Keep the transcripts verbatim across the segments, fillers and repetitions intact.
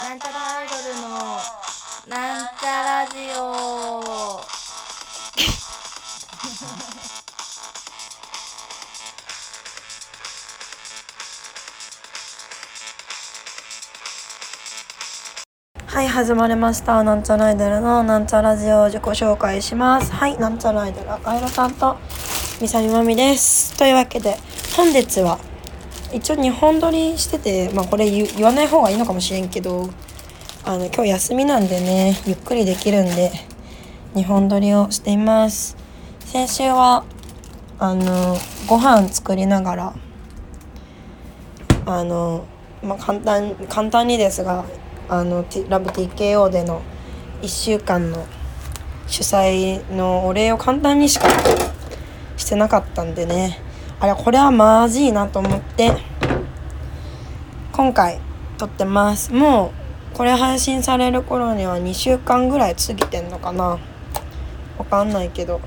なんちゃらアイドルのなんちゃラジオはい、始まりました。なんちゃらアイドルのなんちゃラジオを自己紹介します。はい、なんちゃらアイドル赤色さんとみさみまみです。というわけで本日は一応にほん撮りしてて、まあこれ 言, 言わない方がいいのかもしれんけど、あの今日休みなんでね、ゆっくりできるんでにほん撮りをしています。先週はあのご飯作りながらあの、まあ、簡単簡単にですがあのラブ ティーケーオー でのいっしゅうかんの主催のお礼を簡単にしかしてなかったんでね、あれこれはまずいなと思って今回撮ってます。もうこれ配信される頃にはにしゅうかんぐらい過ぎてんのかな、わかんないけど、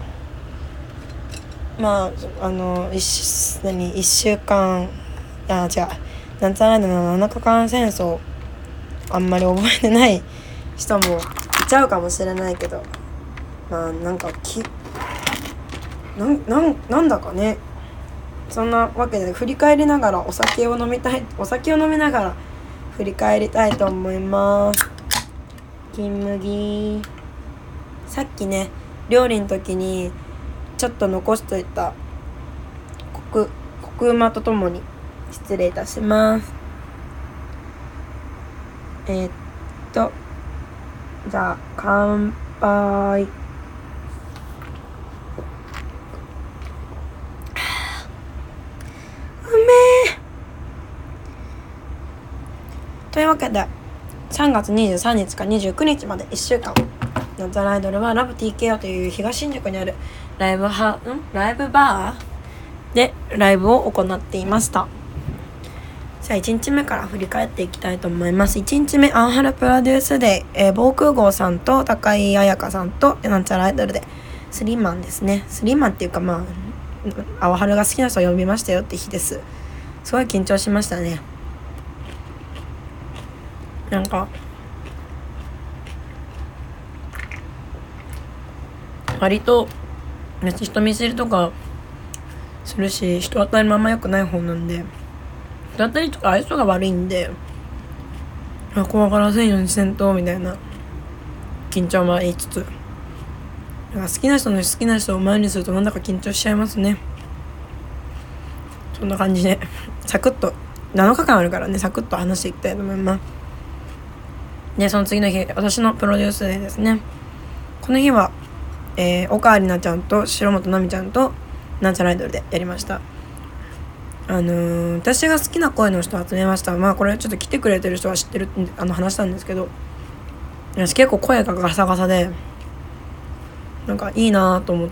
まああの 1, 何いっしゅうかんあ違うなんちゃらのななかかん戦争あんまり覚えてない人もいちゃうかもしれないけど、まあなんかきなんなんなんだかね、そんなわけで振り返りながらお酒を飲みたいお酒を飲みながら振り返りたいと思います。金麦、さっきね料理の時にちょっと残しといたコクコクうまとともに失礼いたします。えー、っとじゃあ乾杯。というわけでさんがつにじゅうさんにちからにじゅうくにちまでいっしゅうかんなんちゃらアイドルはラブ ティーケーオー という東新宿にあるライブハんライブバーでライブを行っていました。じゃあいちにちめから振り返っていきたいと思います。いちにちめアンハルプロデュースデイ、えー、防空壕さんと高井彩香さんとなんちゃらアイドルでスリーマンですね。スリーマンっていうかまあアワハルが好きな人を呼びましたよって日です。すごい緊張しましたね。なんか割と人見知りとかするし人当たりもあんま良くない方なんで、人当たりとか愛想が悪いんで、あ怖がらせんようにせんとみたいな緊張もありつつ、好きな人の好きな人を前にするとなんだか緊張しちゃいますね。そんな感じでサクッとなのかかんあるからね、サクッと話していきたいと思います。でその次の日私のプロデュースデーですね。この日は、えー、岡里奈ちゃんと白本奈美ちゃんとなんちゃらアイドルでやりました。あのー、私が好きな声の人を集めました。まあこれちょっと来てくれてる人は知ってるあの話したんですけど、私結構声がガサガサでなんかいいなと思って、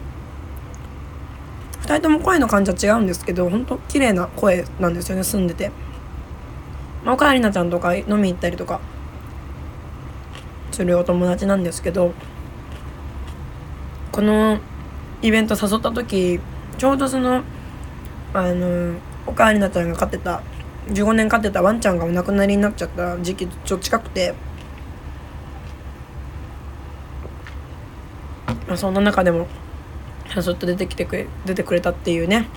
ふたりとも声の感じは違うんですけど本当綺麗な声なんですよね、住んでて。まあ、岡里奈ちゃんとか飲み行ったりとかするお友達なんですけど、このイベント誘った時ちょうどそのあの岡里奈ちゃんが飼ってたじゅうごねん飼ってたワンちゃんがお亡くなりになっちゃった時期ちょっと近くて、まあ、そんな中でも誘って出てきてくれ出てくれたっていうね、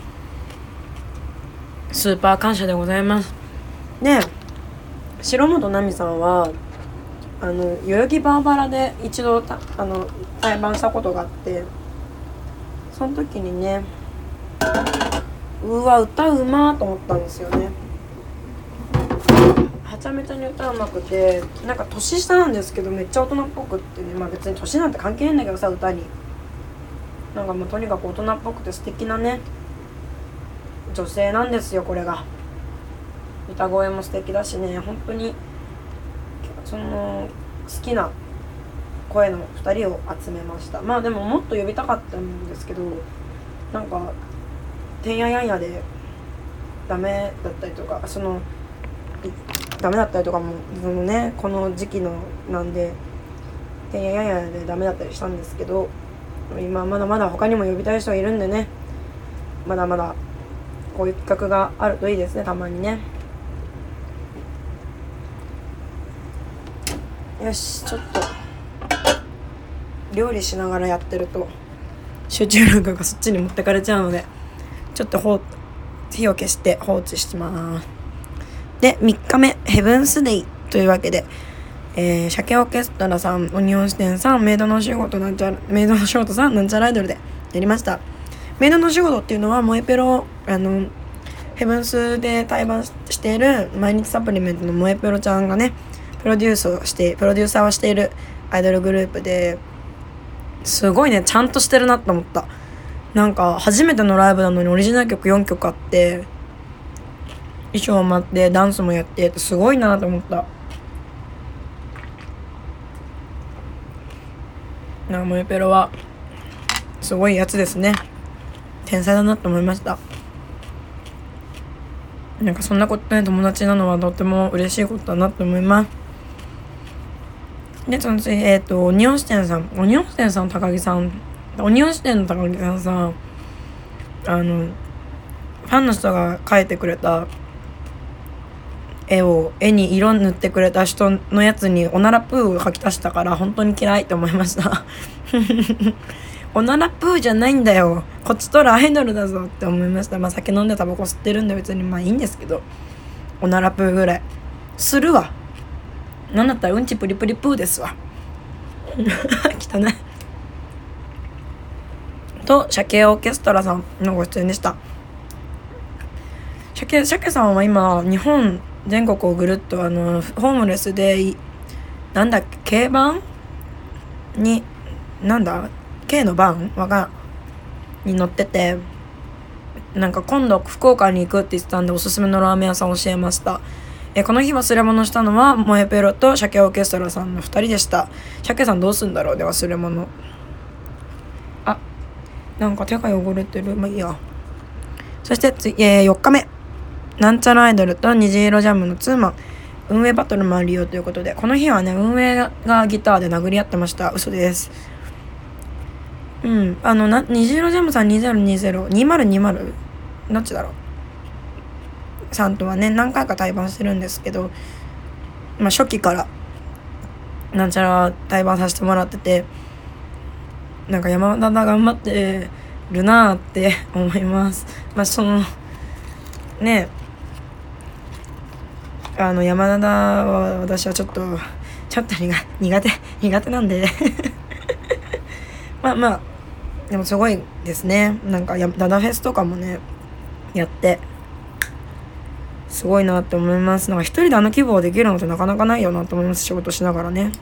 スーパー感謝でございます。で白本奈美さんはあの代々木バーバラで一度たあの対バンしたことがあって、その時にねうわ歌うまーと思ったんですよね。はちゃめちゃに歌うまくて、なんか年下なんですけどめっちゃ大人っぽくってね、まあ別に年なんて関係ないんだけどさ、歌になんかもうとにかく大人っぽくて素敵なね女性なんですよ。これが歌声も素敵だしね、本当にその好きな声のふたりを集めました。まあでももっと呼びたかったんですけど、なんかてんややんやでダメだったりとか、そのダメだったりとかもそのねこの時期のなんでてんややんやでダメだったりしたんですけど、今まだまだ他にも呼びたい人がいるんでね、まだまだこういう企画があるといいですね、たまにね。 よし、ちょっと料理しながらやってると集中力がそっちに持ってかれちゃうので、ちょっとほ火を消して放置します。で、みっかめヘブンスデイというわけで、えー、鮭オーケストラさん、オニオン支店さん、メイドのお仕事なんちゃらメイドのお仕事さんなんちゃらアイドルでやりました。メイドのお仕事っていうのは萌えペロ、あのヘブンスで対バンしている毎日サプリメントの萌えペロちゃんがねプロデュースをしてプロデューサーをしているアイドルグループで、すごいねちゃんとしてるなと思った。なんか初めてのライブなのにオリジナル曲よんきょくあって、衣装もあってダンスもやってすごいなと思った。なんか萌えペロはすごいやつですね。天才だなと思いました。なんかそんなことで友達なのはとても嬉しいことだなと思います。で、その次、えっと、オニオン支店さん。オニオン支店さん、高木さん。オニオン支店の高木さんさ、あの、ファンの人が描いてくれた絵を、絵に色塗ってくれた人のやつにおならプーを描き足したから本当に嫌いと思いました。おならプーじゃないんだよ。こっちとらアイドルだぞって思いました。まあ酒飲んでタバコ吸ってるんで別にまあいいんですけど、おならプーぐらいするわ。なんだったらうんちプリプリプーですわ。汚い。と鮭オーケストラさんのご出演でした。鮭鮭さんは今日本全国をぐるっとあのホームレスでなんだっけ軽バンになんだ K のバンわがに乗ってて、なんか今度福岡に行くって言ってたんでおすすめのラーメン屋さん教えました。えこの日忘れ物したのは萌えペロと鮭オーケストラさんのふたりでした。鮭さんどうすんだろうで忘れ物。あ、なんか手が汚れてる。まあいいや。そしてつ、えー、よっかめなんちゃらアイドルと虹色ジャムのツーマン運営バトルもあるよということで、この日はね運営がギターで殴り合ってました。嘘です。うんあのな虹色ジャムさんにせんにじゅう にせんにじゅうどっちだろうさんとはね何回か対バンしてるんですけど、まあ初期からなんちゃら対バンさせてもらってて、なんか山田が頑張ってるなーって思います。まあそのねあの山田は私はちょっとちょっと苦苦手苦手なんでまあまあでもすごいですね。なんかやダダフェスとかもねやってすごいなって思います。なんか一人であの規模をできるのってなかなかないよなと思います。仕事しながらね。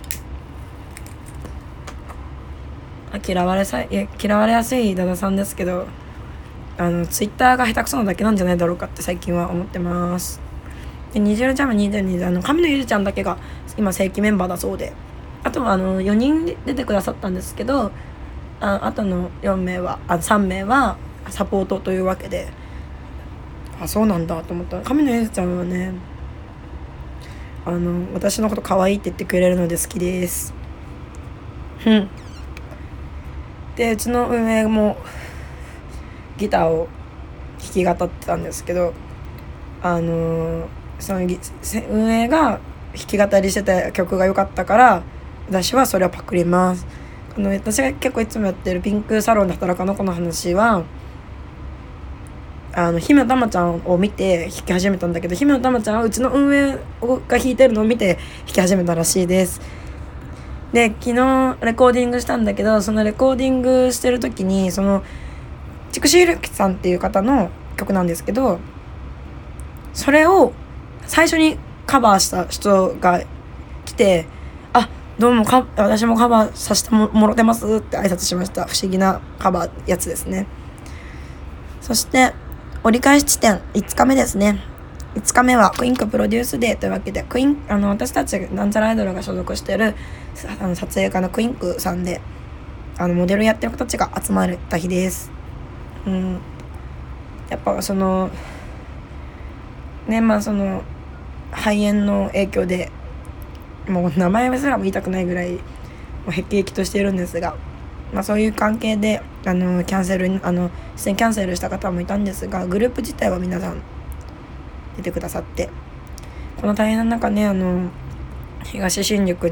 嫌われさい嫌われやすいダダさんですけど、あのツイッターが下手くそなだけなんじゃないだろうかって最近は思ってます。でにじゅうジャムにせんにじゅうあの神野ゆりちゃんだけが今正規メンバーだそうで、あとはあのよにん出てくださったんですけど、ああとのよんめいはあさんめいはサポートというわけで、あそうなんだと思った。神野ゆりちゃんはねあの私のこと可愛いって言ってくれるので好きです。うんでうちの運営もギターを弾き語ってたんですけど、あのー、その運営が弾き語りしてた曲が良かったから私はそれをパクります。あの私が結構いつもやってるピンクサロンで働くあの子の話は、あの姫野たまちゃんを見て弾き始めたんだけど、姫野たまちゃんはうちの運営が弾いてるのを見て弾き始めたらしいです。で昨日レコーディングしたんだけど、そのレコーディングしてる時にその筑紫ひろきさんっていう方の曲なんですけど、それを最初にカバーした人が来て、あどうもか私もカバーさせてももろてますって挨拶しました。不思議なカバーやつですね。そして折り返し地点いつかめですね。いつかめはクインクプロデュースデーというわけで、クインあの私たちなんちゃらアイドルが所属しているあの撮影家のクインクさんであのモデルやってる子たちが集まった日です。うん、やっぱそのねまあその肺炎の影響でもう名前すらも言いたくないぐらいもうへきへきとしているんですが、まあそういう関係であのキャンセルあの出演キャンセルした方もいたんですが、グループ自体は皆さん出てくださって、この大変な中ねあの東新宿に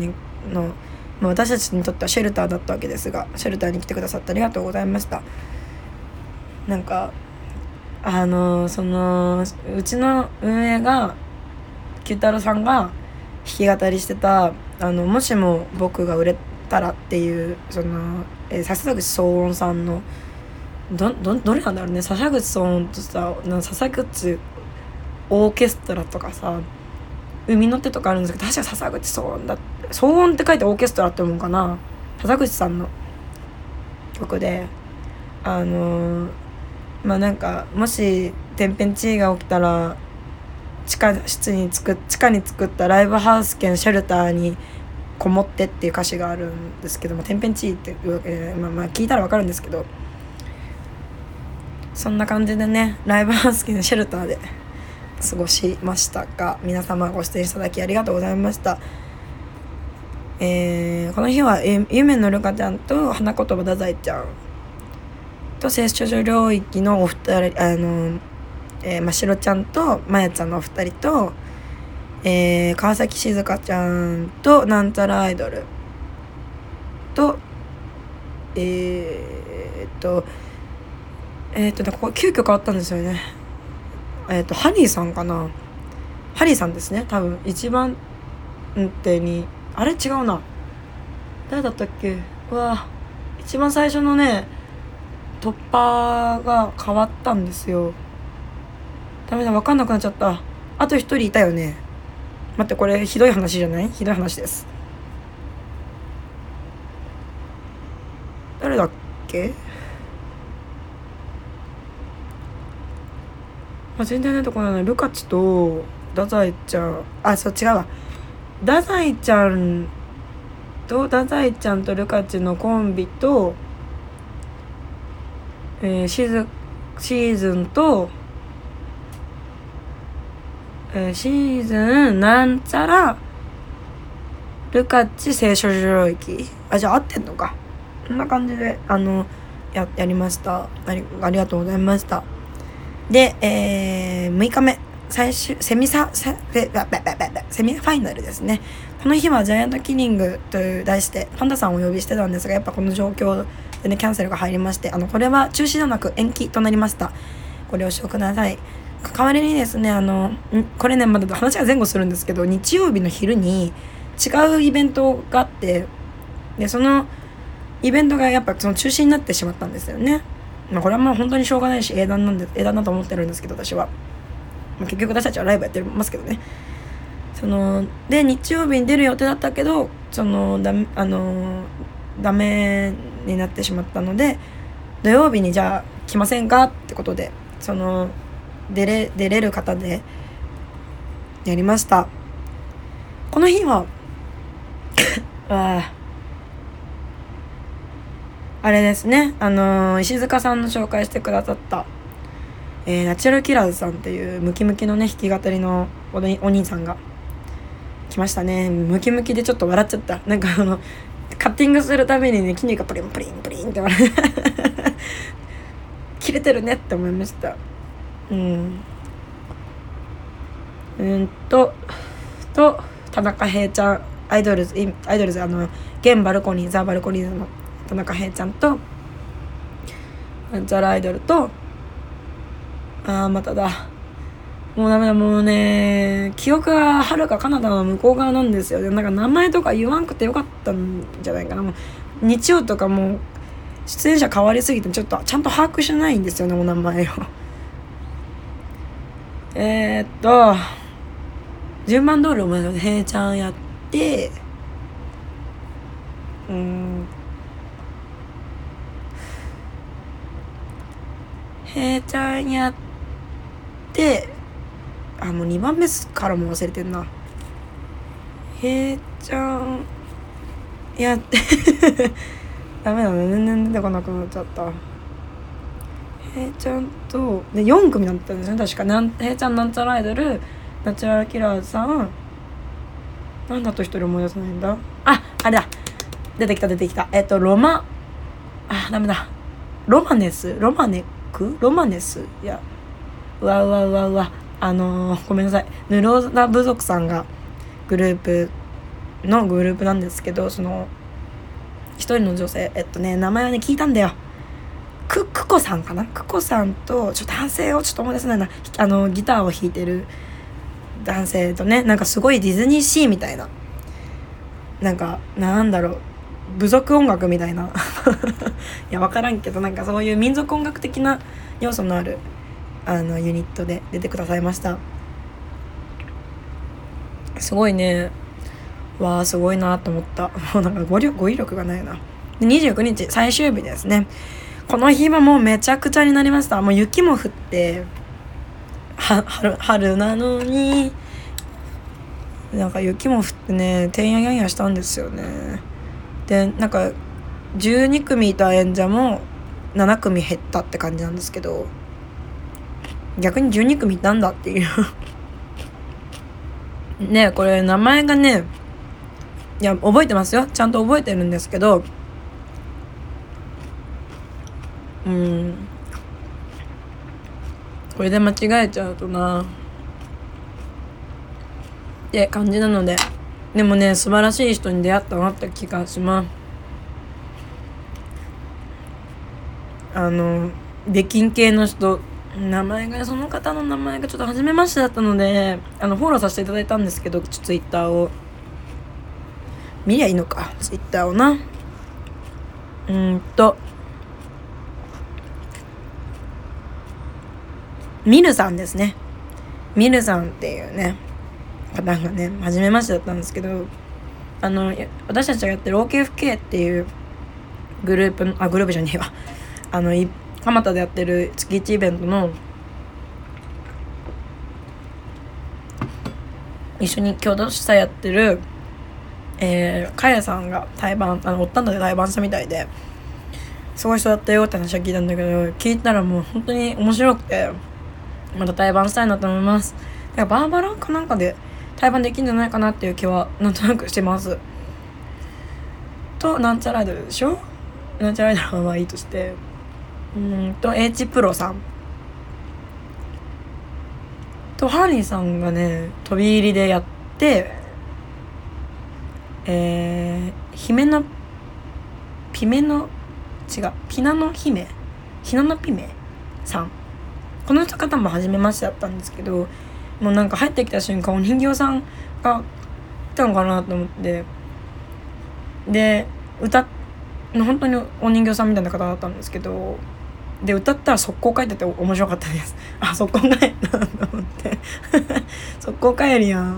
の、まあ、私たちにとってはシェルターだったわけですが、シェルターに来てくださってありがとうございました。なんかあのそのうちの運営が九太郎さんが弾き語りしてたあのもしも僕が売れたらっていうその、えー、笹口騒音さんのどどどれなんだろうね、笹口騒音とさ笹口オーケストラとかさ海の手とかあるんですけど、確か笹口騒音だ騒音って書いてオーケストラって思うかな。笹口さんの曲であのー、まあなんかもし天変地異が起きたら地下室に作地下に作ったライブハウス兼シェルターにこもってっていう歌詞があるんですけども、天変地異っていうわけで、まあまあ聞いたらわかるんですけど、そんな感じでねライブハウス兼シェルターで過ごしましたが、皆様ご出演いただきありがとうございました。えー、この日はえ夢のルカちゃんと花言葉太宰ちゃんと聖書女領域のお二人、あのえー、ましろちゃんとまやちゃんのお二人と、えー、川崎静香ちゃんとなんちゃらアイドルとえー、っとえー、っとここ急遽変わったんですよね。えー、っとハリーさんかな、ハリーさんですね多分。一番手にあれ違うな、誰だったっけ。うわ一番最初のね突破が変わったんですよ。ダメだ、分かんなくなっちゃった。あと一人いたよね。待って、これひどい話じゃない？ひどい話です。誰だっけ。あ、全然出てこない。ルカチと太宰ちゃん、あ、そう違うわ。太宰ちゃんと太宰ちゃんとルカチのコンビと、えー、シーズンシーズンと、えー、シーズンなんちゃらルカチ聖書領域、あ、じゃあ合ってんのか。こんな感じであの や, やりました。ありありがとうございました。で、えー、むいかめ最終セミサセセミファイナルですね。この日はジャイアントキリングという題してパンダさんをお呼びしてたんですが、やっぱこの状況でねキャンセルが入りまして、あのこれは中止ではなく延期となりました。ご了承ください。代わりにですね、あのこれねまだ話が前後するんですけど、日曜日の昼に違うイベントがあって、でそのイベントがやっぱその中止になってしまったんですよね。まあこれはまあ本当にしょうがないし英断なんで英断だと思ってるんですけど、私は、まあ、結局私たちはライブやってますけどね。そので日曜日に出る予定だったけど、そのだあのダメになってしまったので、土曜日にじゃあ来ませんかってことで、その出れ出れる方でやりました。この日はああれですね、あのー、石塚さんの紹介してくださった、えー、ナチュラルキラーズさんっていうムキムキのね弾き語りの お, お兄さんが来ましたね。ムキムキでちょっと笑っちゃった。なんかあのカッティングするたびにね筋肉がプリンプリンプリンって笑う切れてるねって思いました。うんうんとと田中平ちゃん、アイドルズアイドルズあの現バルコニーザ・バルコニーズの田中平ちゃんとなんちゃらアイドルと、あーまただもうダメだ、もうね記憶がはるかカナダの向こう側なんですよ。なんか名前とか言わんくてよかったんじゃないかな。もう日曜とかもう出演者変わりすぎてちょっとちゃんと把握してないんですよね、お名前をえーっと順番通りお前の平ちゃんやって、うーん平ちゃんやって、あもうにばんめからも忘れてんな。平ちゃんやってダメだね、全然出てこなくなっちゃった。平ちゃんとでよん組だったんですね確か。なん平ちゃんなんちゃらアイドル、ナチュラルキラーズさん、なんだと一人思い出せないんだ。ああれだ、出てきた出てきたえっとロマあダメだロマネスロマネクロマネスいやうわうわうわうわあのー、ごめんなさい、ヌローザ部族さんがグループのグループなんですけど、その一人の女性、えっとね名前はね聞いたんだよ。くくこさんかな、くこさんとちょっと男性をちょっと思い出せないな、あのギターを弾いてる男性とね、なんかすごいディズニーシーみたいな、なんかなんだろう、部族音楽みたいないや分からんけど、なんかそういう民族音楽的な要素のあるあのユニットで出てくださいました。すごいね、わあすごいなと思った。もうなんか語彙力語彙力がないな。でにじゅうくにち最終日ですね。この日はもうめちゃくちゃになりました。もう雪も降って、は 春, 春なのになんか雪も降ってね、てんややんやしたんですよね。でなんかじゅうにくみいた演者もななくみ減ったって感じなんですけど、逆にじゅうにくみいたんだっていうね。これ名前がね、いや覚えてますよ、ちゃんと覚えてるんですけど、うんこれで間違えちゃうとなって感じなので、でもね素晴らしい人に出会ったなって気がします。あの出禁系の人、名前がその方の名前がちょっと初めましてだったので、あのフォローさせていただいたんですけど、ツイッターを見りゃいいのか、ツイッターをな。うーんとミルさんですね。ミルさんっていうね方がね初めましてだったんですけど、あの私たちがやってる オーケーエフケー っていうグループのあグループじゃねえわあの蒲田でやってる月いちイベントの一緒に共同主催やってるえー、カヤさんが対バン、あのおったんだで対バンしたみたいで、すごい人だったよって話は聞いたんだけど、聞いたらもう本当に面白くて、また対バンしたいなと思います。だからバーバラかなんかで対バンできるんじゃないかなっていう気はなんとなくしてます。となんちゃらアイドルでしょ。なんちゃらアイドルはまあいいとして、うーんと H プロさんとハリーさんがね飛び入りでやって、えー、姫のピメの違うピナの姫ひなのピメさん、この方も初めましてだったんですけど、もうなんか入ってきた瞬間お人形さんがいたのかなと思って、で歌本当にお人形さんみたいな方だったんですけど、で歌ったら速攻帰ってて面白かったです。あ、速攻帰ったと思って速攻帰るやん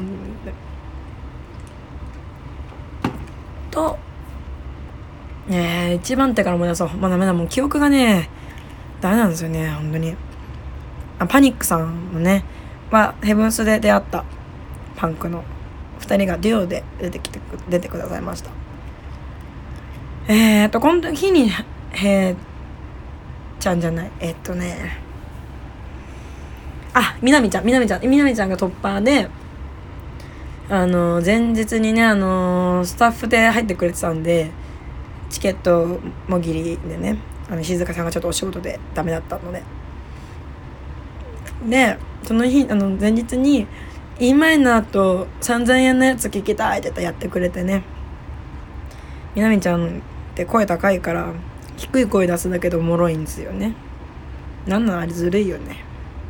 と、えー、一番手から思い出そう。まあダメだ、もう記憶がねダメなんですよね本当に。あパニックさんもねはヘブンスで出会ったパンクのふたりがデュオで出てきて出てくださいました。えーとこの日にへーちゃんじゃないえっとねあみなみちゃんみなみちゃんみなみちゃんがトッパーで、あの前日にねあのスタッフで入ってくれてたんで、チケットもぎりでね、あの静香さんがちょっとお仕事でダメだったので、でその日あの前日に「Eマイナーとさんぜんえんのやつ聞きたい」ってやってくれてね。みなみちゃんって声高いから低い声出すだけでおもろいんですよね。なんなんあれずるいよね。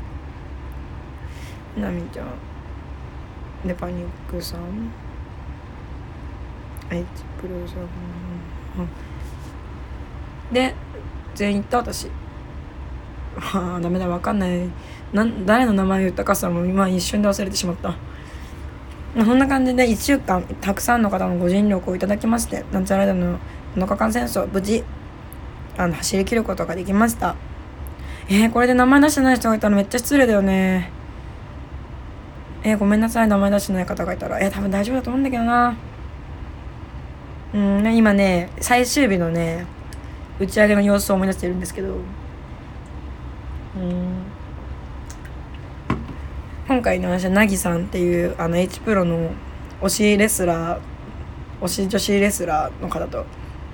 みなみちゃんでパニックさん H プロさん、うん、で全員行った私あダメだ分かんないな誰の名前を言ったかさも今一瞬で忘れてしまった。そんな感じでいっしゅうかんたくさんの方のご尽力をいただきまして、なんちゃらアイドルのなのかかん戦争無事あの走り切ることができました。えー、これで名前出してない人がいたらめっちゃ失礼だよね。えー、ごめんなさい名前出してない方がいたら。えー、多分大丈夫だと思うんだけどな。うんね、今ね最終日のね打ち上げの様子を思い出してるんですけど、うん今回の私はなぎさんっていうあの H プロの推しレスラー推し女子レスラーの方と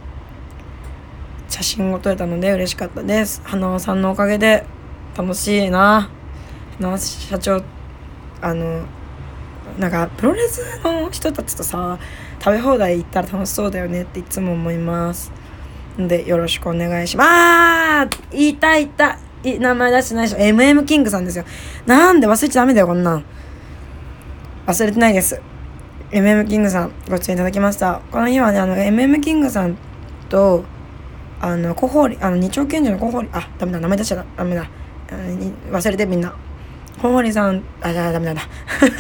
写真を撮れたので嬉しかったです。花輪さんのおかげで楽しいな。花輪社長あのなんかプロレスの人たちとさ食べ放題行ったら楽しそうだよねっていつも思いますので、よろしくお願いします。あー言いたい言ったい名前出してないでしょ。 エムエム キングさんですよ。なんで忘れちゃダメだよ、こんなん忘れてないです。 エムエム キングさんご出演いただきました。この日はね、あの エムエム キングさんとあの小堀あの二丁拳銃の小堀あダメだ名前出しちゃダメだ忘れてみんな小堀さんあじゃあダメなんだ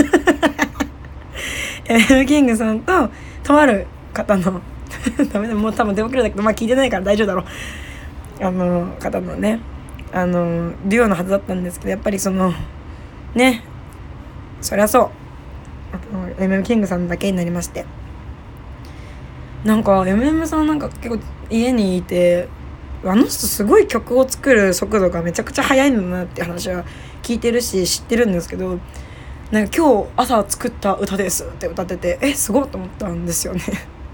エムエム キングさんととある方のダメだもう多分出遅れたけどまあ聞いてないから大丈夫だろうあの方のねあのデュオのはずだったんですけど、やっぱりそのねそりゃそうエムエム キングさんだけになりまして、なんか エムエム さんなんか結構家にいてあの人すごい曲を作る速度がめちゃくちゃ速いんだなって話は聞いてるし知ってるんですけど、なんか今日朝作った歌ですって歌っててえすごいと思ったんですよね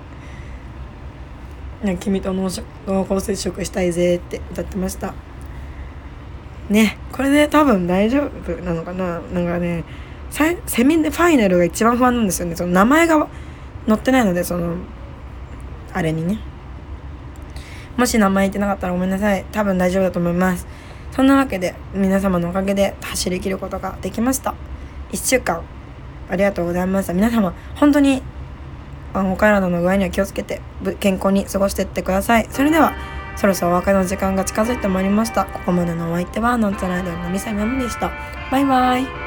君と濃厚接触したいぜって歌ってましたね。これで多分大丈夫なのかな。なんかねセミファイナルが一番不安なんですよね。その名前が載ってないので、そのあれにね、もし名前言ってなかったらごめんなさい。多分大丈夫だと思います。そんなわけで皆様のおかげで走り切ることができました。いっしゅうかんありがとうございました。皆様本当にあのお体の具合には気をつけて健康に過ごしていってください。それではそろそろお別れの時間が近づいてまいりました。ここまでのお相手はノンツライドのミサイマムでした。バイバイ。